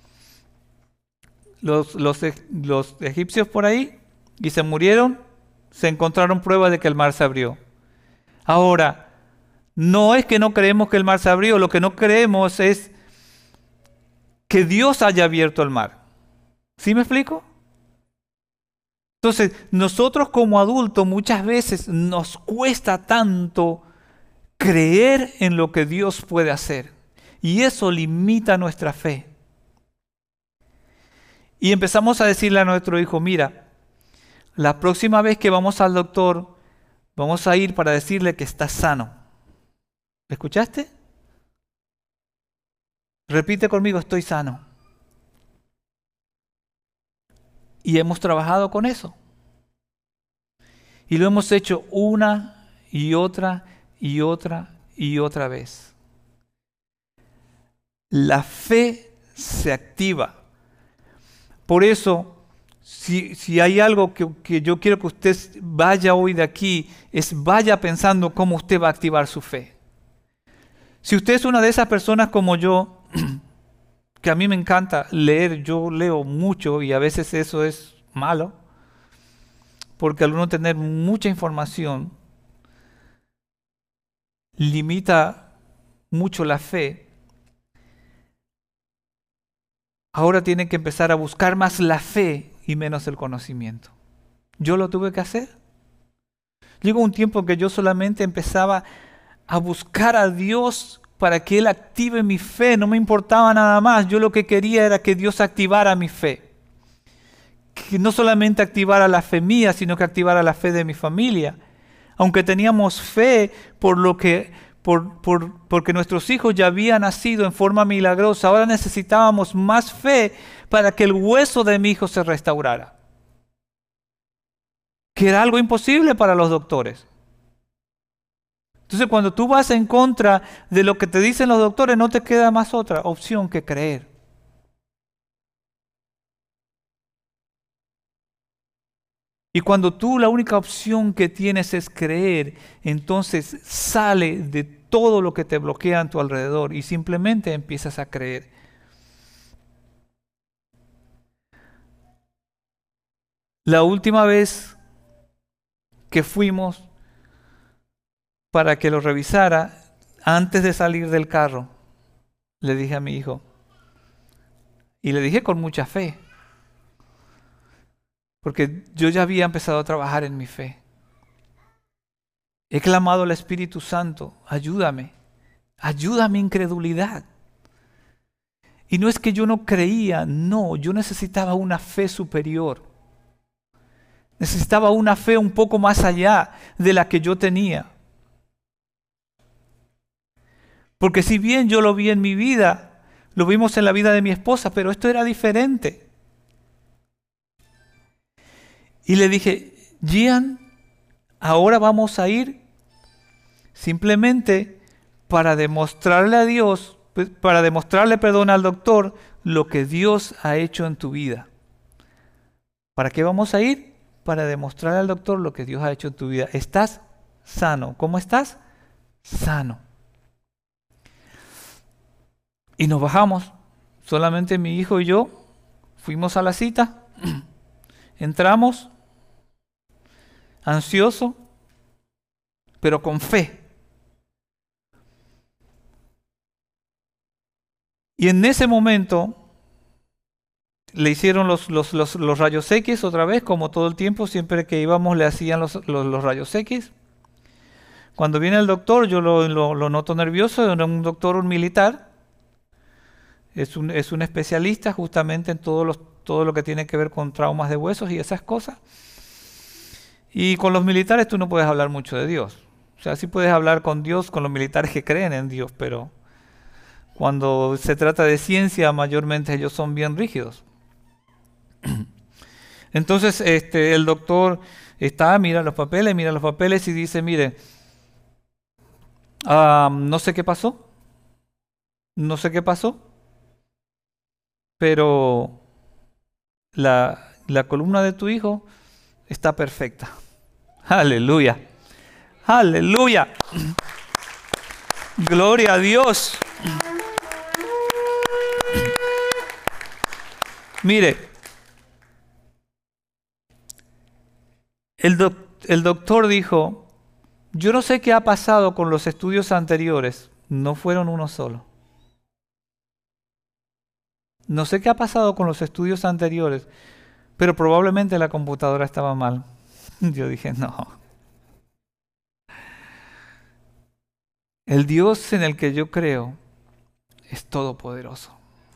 los egipcios por ahí y se murieron, se encontraron pruebas de que el mar se abrió. Ahora, no es que no creemos que el mar se abrió, lo que no creemos es que Dios haya abierto el mar. ¿Sí me explico? Entonces, nosotros como adultos muchas veces nos cuesta tanto creer en lo que Dios puede hacer. Y eso limita nuestra fe. Y empezamos a decirle a nuestro hijo, mira, la próxima vez que vamos al doctor, vamos a ir para decirle que está sano. ¿Escuchaste? Repite conmigo, estoy sano. Y hemos trabajado con eso. Y lo hemos hecho una y otra y otra y otra vez. La fe se activa. Por eso, si hay algo que yo quiero que usted vaya hoy de aquí, es vaya pensando cómo usted va a activar su fe. Si usted es una de esas personas como yo, que a mí me encanta leer, yo leo mucho y a veces eso es malo, porque al uno tener mucha información, limita mucho la fe, ahora tienen que empezar a buscar más la fe y menos el conocimiento. Yo lo tuve que hacer. Llegó un tiempo en que yo solamente empezaba a buscar a Dios para que Él active mi fe. No me importaba nada más. Yo lo que quería era que Dios activara mi fe. Que no solamente activara la fe mía, sino que activara la fe de mi familia. Aunque teníamos fe porque nuestros hijos ya habían nacido en forma milagrosa, ahora necesitábamos más fe para que el hueso de mi hijo se restaurara. Que era algo imposible para los doctores. Entonces, cuando tú vas en contra de lo que te dicen los doctores, no te queda más otra opción que creer. Y cuando tú la única opción que tienes es creer, entonces sale de todo lo que te bloquea a tu alrededor y simplemente empiezas a creer. La última vez que fuimos para que lo revisara, antes de salir del carro, le dije a mi hijo, y le dije con mucha fe, porque yo ya había empezado a trabajar en mi fe. He clamado al Espíritu Santo, ayúdame, ayuda a mi incredulidad. Y no es que yo no creía, no, yo necesitaba una fe superior. Necesitaba una fe un poco más allá de la que yo tenía. Porque si bien yo lo vi en mi vida, lo vimos en la vida de mi esposa, pero esto era diferente. Y le dije, Gian, ahora vamos a ir simplemente para demostrarle a Dios, para demostrarle, al doctor lo que Dios ha hecho en tu vida. ¿Para qué vamos a ir? Para demostrarle al doctor lo que Dios ha hecho en tu vida. ¿Estás sano? ¿Cómo estás? Sano. Y nos bajamos. Solamente mi hijo y yo fuimos a la cita. Entramos, ansioso, pero con fe. Y en ese momento le hicieron los rayos X otra vez, como todo el tiempo, siempre que íbamos le hacían los rayos X. Cuando viene el doctor, yo lo noto nervioso, era un doctor, un militar, es un especialista justamente en todo lo que tiene que ver con traumas de huesos y esas cosas. Y con los militares tú no puedes hablar mucho de Dios. O sea, sí puedes hablar con Dios, con los militares que creen en Dios, pero cuando se trata de ciencia, mayormente ellos son bien rígidos. Entonces el doctor mira los papeles y dice, mire, no sé qué pasó, pero la columna de tu hijo está perfecta. Aleluya, aleluya, gloria a Dios. Mire, el doctor dijo, yo no sé qué ha pasado con los estudios anteriores, no fueron uno solo. No sé qué ha pasado con los estudios anteriores, pero probablemente la computadora estaba mal. Yo dije, no. El Dios en el que yo creo es todopoderoso.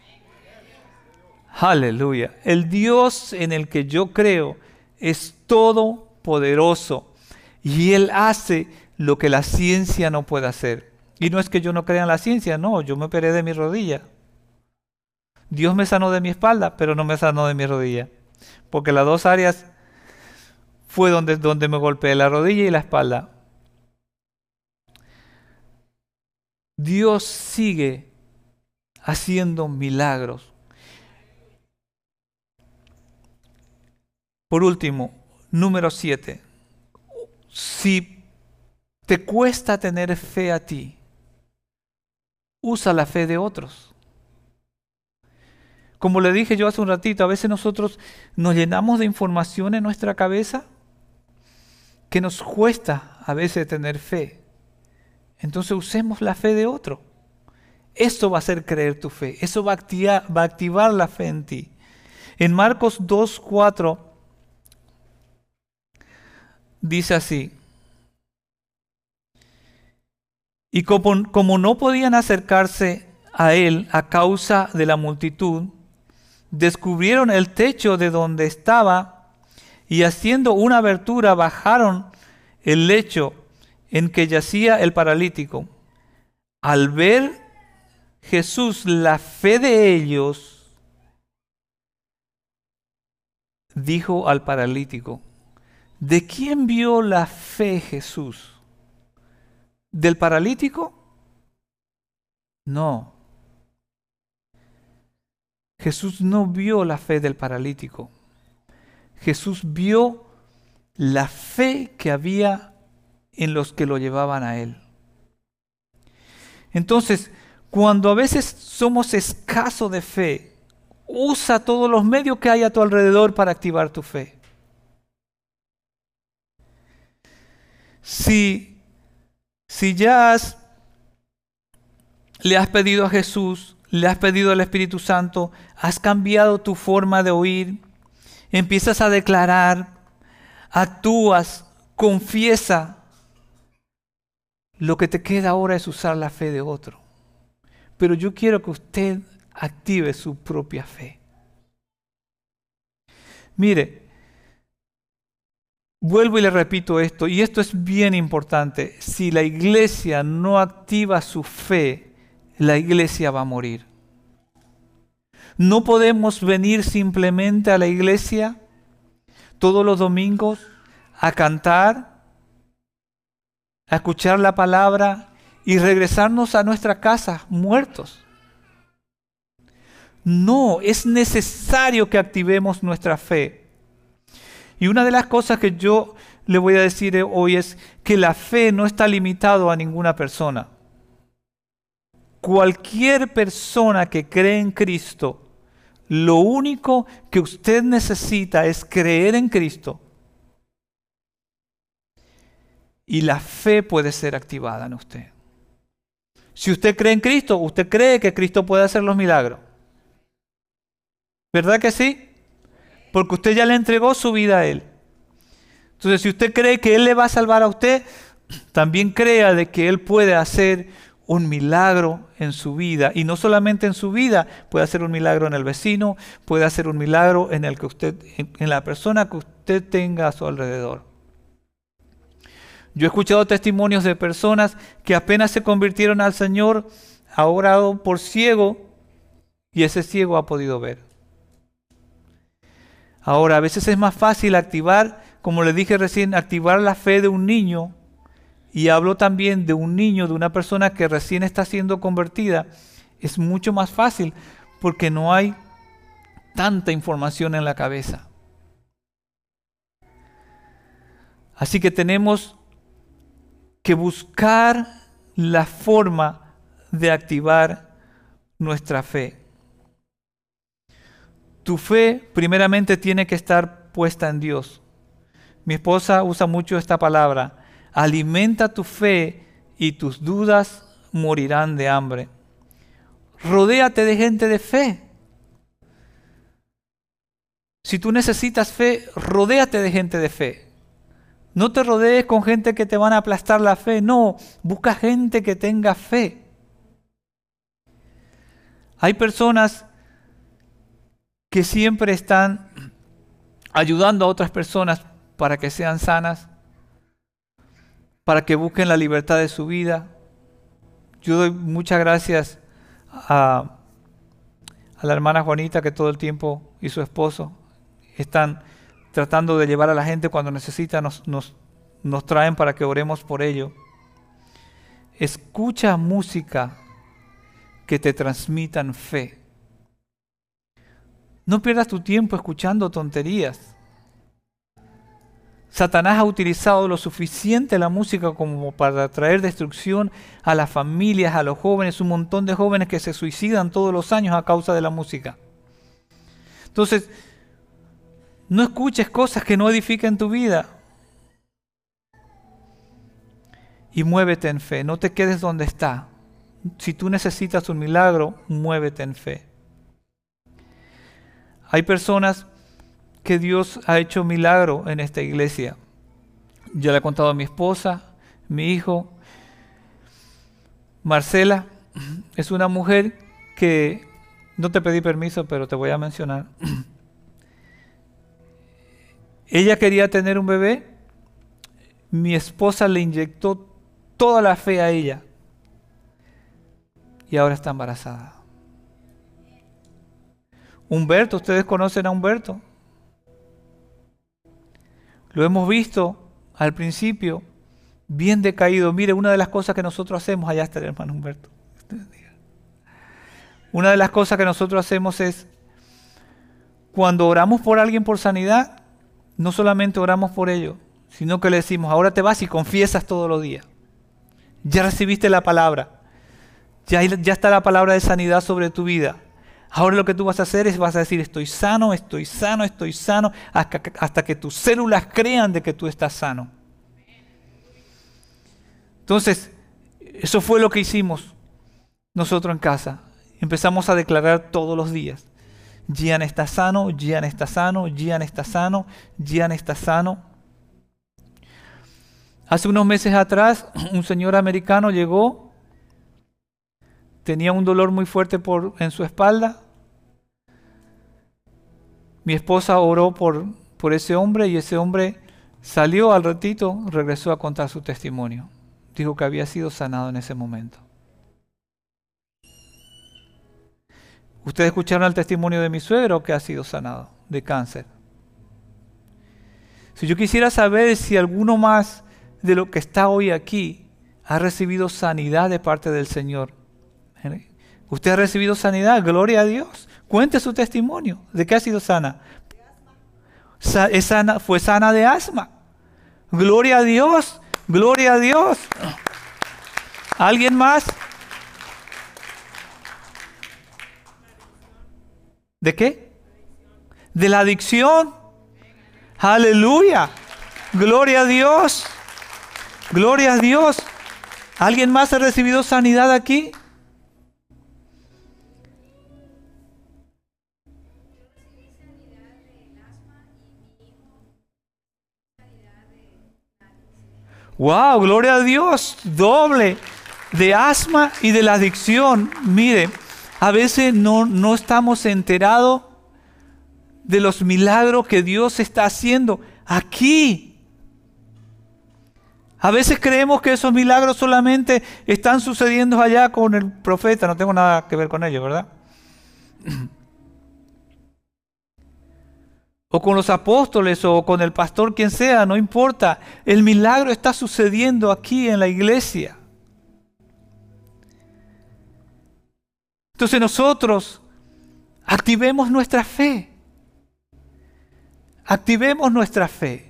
Aleluya. El Dios en el que yo creo es todopoderoso. Y Él hace lo que la ciencia no puede hacer. Y no es que yo no crea en la ciencia, no, yo me operé de mi rodilla. Dios me sanó de mi espalda, pero no me sanó de mi rodilla. Porque las dos áreas fue donde me golpeé, la rodilla y la espalda. Dios sigue haciendo milagros. Por último, número 7. Si te cuesta tener fe a ti, usa la fe de otros. Como le dije yo hace un ratito, a veces nosotros nos llenamos de información en nuestra cabeza que nos cuesta a veces tener fe. Entonces usemos la fe de otro. Eso va a hacer creer tu fe. Eso va a activar la fe en ti. En Marcos 2:4 dice así: y como no podían acercarse a él a causa de la multitud, descubrieron el techo de donde estaba y haciendo una abertura bajaron el lecho en que yacía el paralítico. Al ver Jesús la fe de ellos, dijo al paralítico: ¿de quién vio la fe Jesús? ¿Del paralítico? No. Jesús no vio la fe del paralítico. Jesús vio la fe que había en los que lo llevaban a Él. Entonces, cuando a veces somos escasos de fe, usa todos los medios que hay a tu alrededor para activar tu fe. Si ya le has pedido a Jesús, le has pedido al Espíritu Santo, has cambiado tu forma de oír, empiezas a declarar, actúas, confiesa, lo que te queda ahora es usar la fe de otro. Pero yo quiero que usted active su propia fe. Mire, vuelvo y le repito esto, y esto es bien importante. Si la iglesia no activa su fe, la iglesia va a morir. No podemos venir simplemente a la iglesia todos los domingos a cantar, a escuchar la palabra y regresarnos a nuestra casa muertos. No, es necesario que activemos nuestra fe. Y una de las cosas que yo le voy a decir hoy es que la fe no está limitado a ninguna persona. Cualquier persona que cree en Cristo, lo único que usted necesita es creer en Cristo. Y la fe puede ser activada en usted. Si usted cree en Cristo, usted cree que Cristo puede hacer los milagros. ¿Verdad que sí? Porque usted ya le entregó su vida a Él. Entonces, si usted cree que Él le va a salvar a usted, también crea de que Él puede hacer un milagro en su vida. Y no solamente en su vida, puede hacer un milagro en el vecino, puede hacer un milagro en la persona que usted tenga a su alrededor. Yo he escuchado testimonios de personas que apenas se convirtieron al Señor, ha orado por ciego y ese ciego ha podido ver. Ahora, a veces es más fácil activar, como le dije recién, activar la fe de un niño. Y hablo también de un niño, de una persona que recién está siendo convertida. Es mucho más fácil porque no hay tanta información en la cabeza. Así que tenemos que buscar la forma de activar nuestra fe. Tu fe primeramente tiene que estar puesta en Dios. Mi esposa usa mucho esta palabra. Alimenta tu fe y tus dudas morirán de hambre. Rodéate de gente de fe. Si tú necesitas fe, rodéate de gente de fe. No te rodees con gente que te van a aplastar la fe. No, busca gente que tenga fe. Hay personas que siempre están ayudando a otras personas para que sean sanas, para que busquen la libertad de su vida. Yo doy muchas gracias a la hermana Juanita, que todo el tiempo, y su esposo están tratando de llevar a la gente cuando necesita, nos traen para que oremos por ello. Escucha música que te transmitan fe. No pierdas tu tiempo escuchando tonterías. Satanás ha utilizado lo suficiente la música como para traer destrucción a las familias, a los jóvenes, un montón de jóvenes que se suicidan todos los años a causa de la música. Entonces, no escuches cosas que no edifiquen tu vida. Y muévete en fe, no te quedes donde está. Si tú necesitas un milagro, muévete en fe. Hay personas que Dios ha hecho milagro en esta iglesia. Yo le he contado a mi esposa, mi hijo. Marcela es una mujer que, no te pedí permiso, pero te voy a mencionar. Ella quería tener un bebé. Mi esposa le inyectó toda la fe a ella. Y ahora está embarazada. Humberto, ¿ustedes conocen a Humberto? Lo hemos visto al principio, bien decaído. Mire, una de las cosas que nosotros hacemos, allá está el hermano Humberto. Una de las cosas que nosotros hacemos es, cuando oramos por alguien por sanidad, no solamente oramos por ello, sino que le decimos, ahora te vas y confiesas todos los días. Ya recibiste la palabra. Ya está la palabra de sanidad sobre tu vida. Ahora lo que tú vas a hacer es, vas a decir, estoy sano, estoy sano, estoy sano, hasta que tus células crean de que tú estás sano. Entonces, eso fue lo que hicimos nosotros en casa. Empezamos a declarar todos los días. Gian está sano, Gian está sano, Gian está sano, Gian está sano. Hace unos meses atrás, un señor americano llegó, tenía un dolor muy fuerte en su espalda. Mi esposa oró por ese hombre y ese hombre salió al ratito, regresó a contar su testimonio. Dijo que había sido sanado en ese momento. Ustedes escucharon el testimonio de mi suegro que ha sido sanado de cáncer. Si yo quisiera saber si alguno más de lo que está hoy aquí ha recibido sanidad de parte del Señor. ¿Usted ha recibido sanidad? Gloria a Dios. Cuente su testimonio. ¿De qué ha sido sana? Fue sana de asma. Gloria a Dios. Gloria a Dios. ¿Alguien más? ¿De qué? De la adicción. Aleluya. Gloria a Dios. Gloria a Dios. ¿Alguien más ha recibido sanidad aquí? Wow, gloria a Dios, doble de asma y de la adicción. Mire, a veces no estamos enterados de los milagros que Dios está haciendo aquí. A veces creemos que esos milagros solamente están sucediendo allá con el profeta. No tengo nada que ver con ello, ¿verdad? O con los apóstoles, o con el pastor, quien sea, no importa. El milagro está sucediendo aquí en la iglesia. Entonces nosotros activemos nuestra fe. Activemos nuestra fe.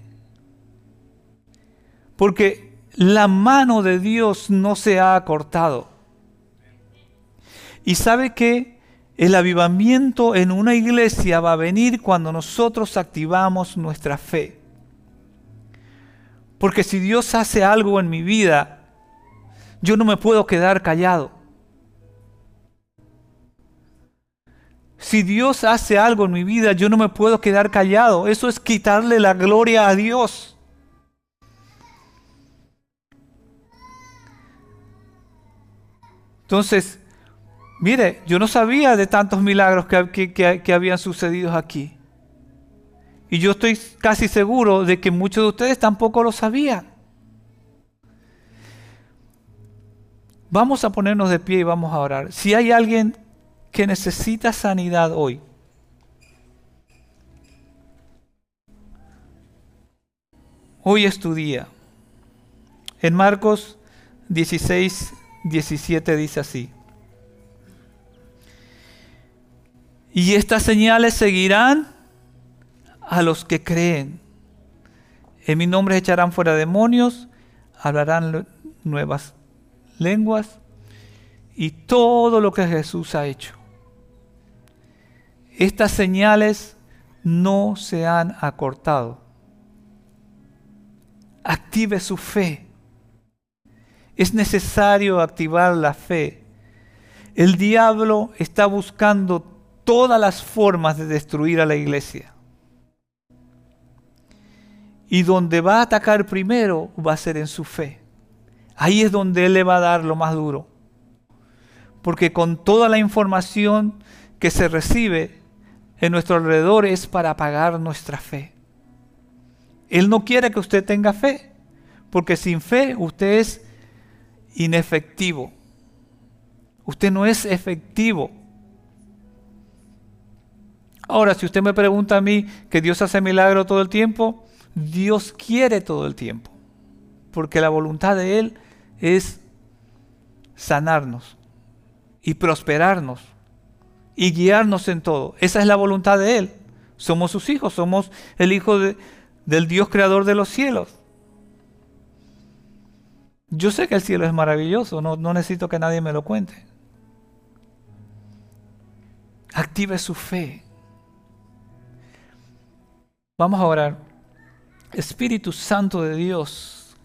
Porque la mano de Dios no se ha acortado. ¿Y sabe qué? El avivamiento en una iglesia va a venir cuando nosotros activamos nuestra fe. Porque si Dios hace algo en mi vida, yo no me puedo quedar callado. Si Dios hace algo en mi vida, yo no me puedo quedar callado. Eso es quitarle la gloria a Dios. Entonces, mire, yo no sabía de tantos milagros que habían sucedido aquí. Y yo estoy casi seguro de que muchos de ustedes tampoco lo sabían. Vamos a ponernos de pie y vamos a orar. Si hay alguien que necesita sanidad hoy, hoy es tu día. En Marcos 16, 17 dice así: y estas señales seguirán a los que creen. En mi nombre echarán fuera demonios, hablarán nuevas lenguas y todo lo que Jesús ha hecho. Estas señales no se han acortado. Active su fe. Es necesario activar la fe El diablo está buscando todas las formas de destruir a la iglesia. Y donde va a atacar primero va a ser en su fe. Ahí es donde él le va a dar lo más duro. Porque con toda la información que se recibe en nuestro alrededor es para apagar nuestra fe. Él no quiere que usted tenga fe, porque sin fe usted es inefectivo. Usted no es efectivo. Ahora, si usted me pregunta a mí que Dios hace milagros todo el tiempo, Dios quiere todo el tiempo, porque la voluntad de Él es sanarnos y prosperarnos y guiarnos en todo. Esa es la voluntad de Él. Somos sus hijos, somos el hijo del Dios creador de los cielos. Yo sé que el cielo es maravilloso, no necesito que nadie me lo cuente. Active su fe. Vamos a orar. Espíritu Santo de Dios,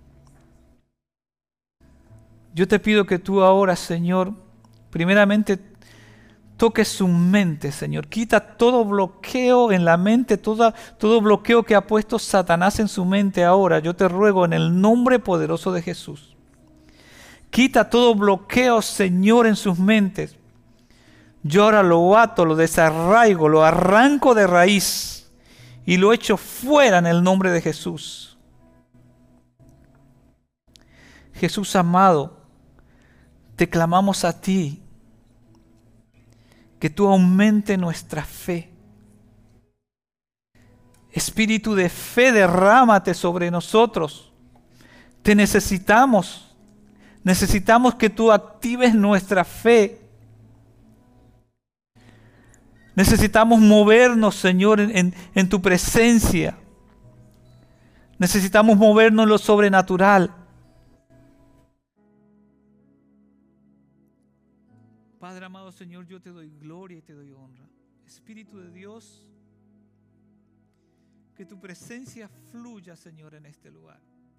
yo te pido que tú ahora, Señor, primeramente toques su mente, Señor. Quita todo bloqueo en la mente, todo bloqueo que ha puesto Satanás en su mente ahora. Yo te ruego en el nombre poderoso de Jesús. Quita todo bloqueo, Señor, en sus mentes. Yo ahora lo ato, lo desarraigo, lo arranco de raíz y lo echo fuera en el nombre de Jesús. Jesús amado, te clamamos a ti, que tú aumente nuestra fe. Espíritu de fe, derrámate sobre nosotros. Te necesitamos. Necesitamos que tú actives nuestra fe. Necesitamos movernos, Señor, en tu presencia. Necesitamos movernos en lo sobrenatural. Padre amado, Señor, yo te doy gloria y te doy honra. Espíritu de Dios, que tu presencia fluya, Señor, en este lugar.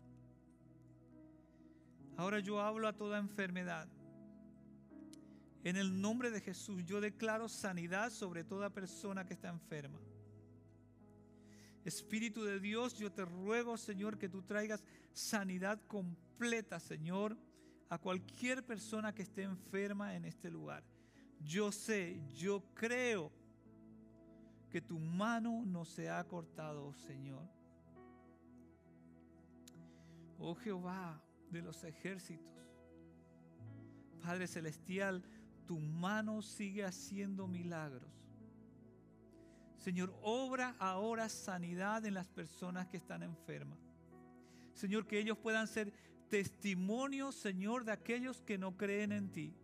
Ahora yo hablo a toda enfermedad. En el nombre de Jesús, yo declaro sanidad sobre toda persona que está enferma. Espíritu de Dios, yo te ruego, Señor, que tú traigas sanidad completa, Señor, a cualquier persona que esté enferma en este lugar. Yo sé, yo creo que tu mano no se ha cortado, Señor. Oh Jehová de los ejércitos, Padre celestial, tu mano sigue haciendo milagros. Señor, obra ahora sanidad en las personas que están enfermas. Señor, que ellos puedan ser testimonios, Señor, de aquellos que no creen en ti.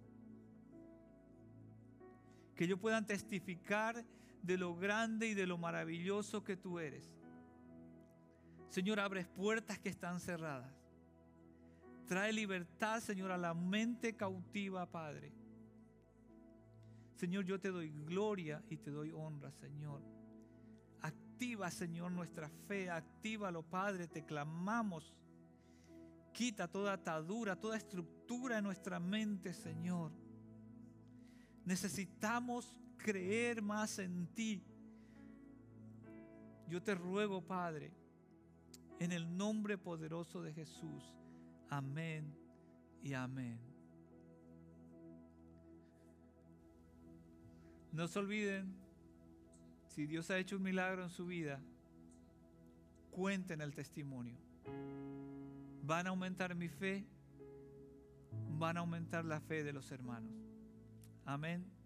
Que ellos puedan testificar de lo grande y de lo maravilloso que tú eres. Señor, abres puertas que están cerradas. Trae libertad, Señor, a la mente cautiva, Padre. Señor, yo te doy gloria y te doy honra, Señor. Activa, Señor, nuestra fe. Actívalo, Padre, te clamamos. Quita toda atadura, toda estructura en nuestra mente, Señor. Necesitamos creer más en ti. Yo te ruego, Padre, en el nombre poderoso de Jesús. Amén y amén. No se olviden, si Dios ha hecho un milagro en su vida, cuenten el testimonio. Van a aumentar mi fe, van a aumentar la fe de los hermanos. Amén.